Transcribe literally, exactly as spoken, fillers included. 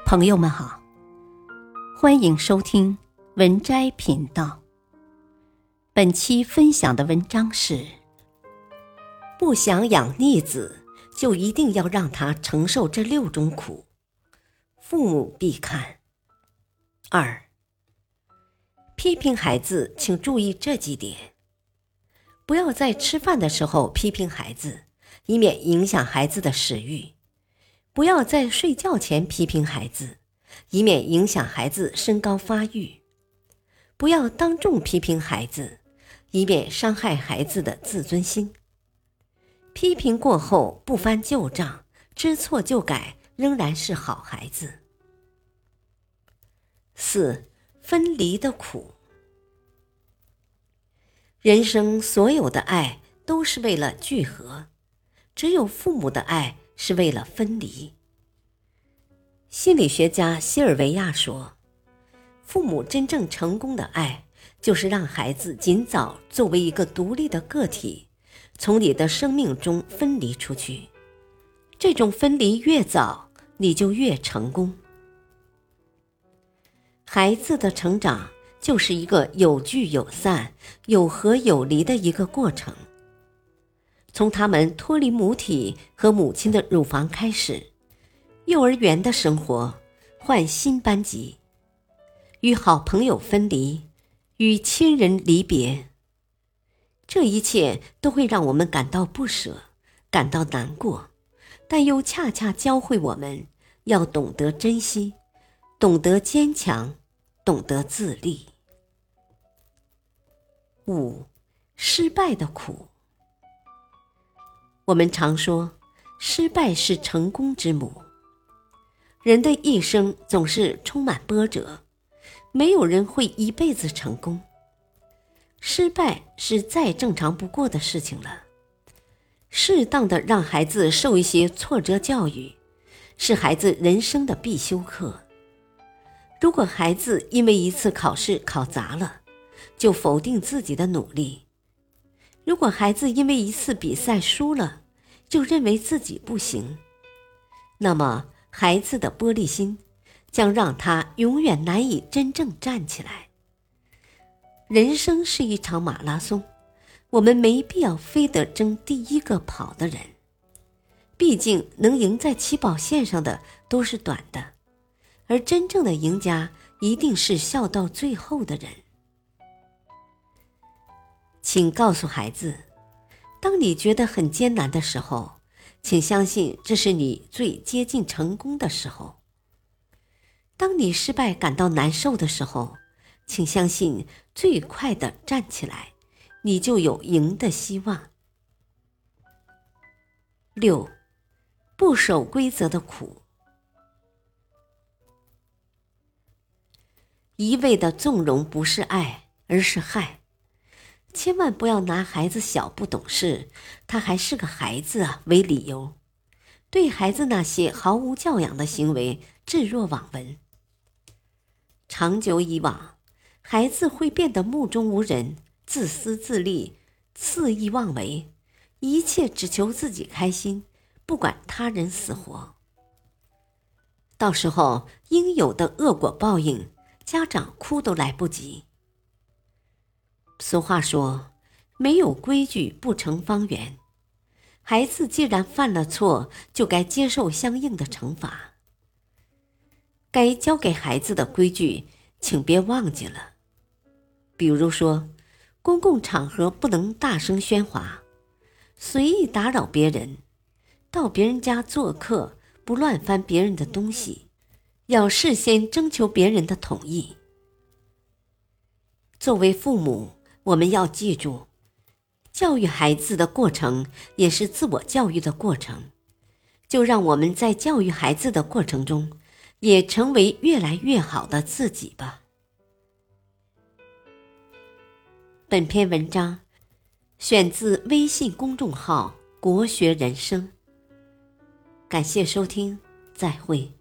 朋友们好，欢迎收听文摘频道。本期分享的文章是：不想养逆子，就一定要让他承受这六种苦，父母必看。二，批评孩子请注意这几点：不要在吃饭的时候批评孩子，以免影响孩子的食欲；不要在睡觉前批评孩子，以免影响孩子身高发育；不要当众批评孩子，以免伤害孩子的自尊心。批评过后不翻旧账，知错就改，仍然是好孩子。四，分离的苦。人生所有的爱都是为了聚合，只有父母的爱是为了分离。心理学家西尔维亚说，父母真正成功的爱，就是让孩子尽早作为一个独立的个体，从你的生命中分离出去。这种分离越早，你就越成功。孩子的成长就是一个有聚有散、有合有离的一个过程。从他们脱离母体和母亲的乳房开始，幼儿园的生活，换新班级，与好朋友分离，与亲人离别，这一切都会让我们感到不舍，感到难过，但又恰恰教会我们要懂得珍惜，懂得坚强，懂得自立。五，失败的苦。我们常说，失败是成功之母。人的一生总是充满波折，没有人会一辈子成功。失败是再正常不过的事情了。适当的让孩子受一些挫折教育，是孩子人生的必修课。如果孩子因为一次考试考砸了，就否定自己的努力；如果孩子因为一次比赛输了，就认为自己不行，那么孩子的玻璃心将让他永远难以真正站起来。人生是一场马拉松，我们没必要非得争第一个跑的人，毕竟能赢在起跑线上的都是短的，而真正的赢家一定是笑到最后的人。请告诉孩子，当你觉得很艰难的时候，请相信这是你最接近成功的时候。当你失败感到难受的时候，请相信最快的站起来，你就有赢的希望。六，不守规则的苦。一味的纵容不是爱，而是害。千万不要拿孩子小不懂事，他还是个孩子啊为理由，对孩子那些毫无教养的行为置若罔闻。长久以往，孩子会变得目中无人，自私自利，肆意妄为，一切只求自己开心，不管他人死活。到时候应有的恶果报应，家长哭都来不及。俗话说，没有规矩不成方圆。孩子既然犯了错，就该接受相应的惩罚。该教给孩子的规矩，请别忘记了。比如说，公共场合不能大声喧哗，随意打扰别人，到别人家做客不乱翻别人的东西，要事先征求别人的同意。作为父母，我们要记住，教育孩子的过程也是自我教育的过程，就让我们在教育孩子的过程中，也成为越来越好的自己吧。本篇文章选自微信公众号国学人生，感谢收听，再会。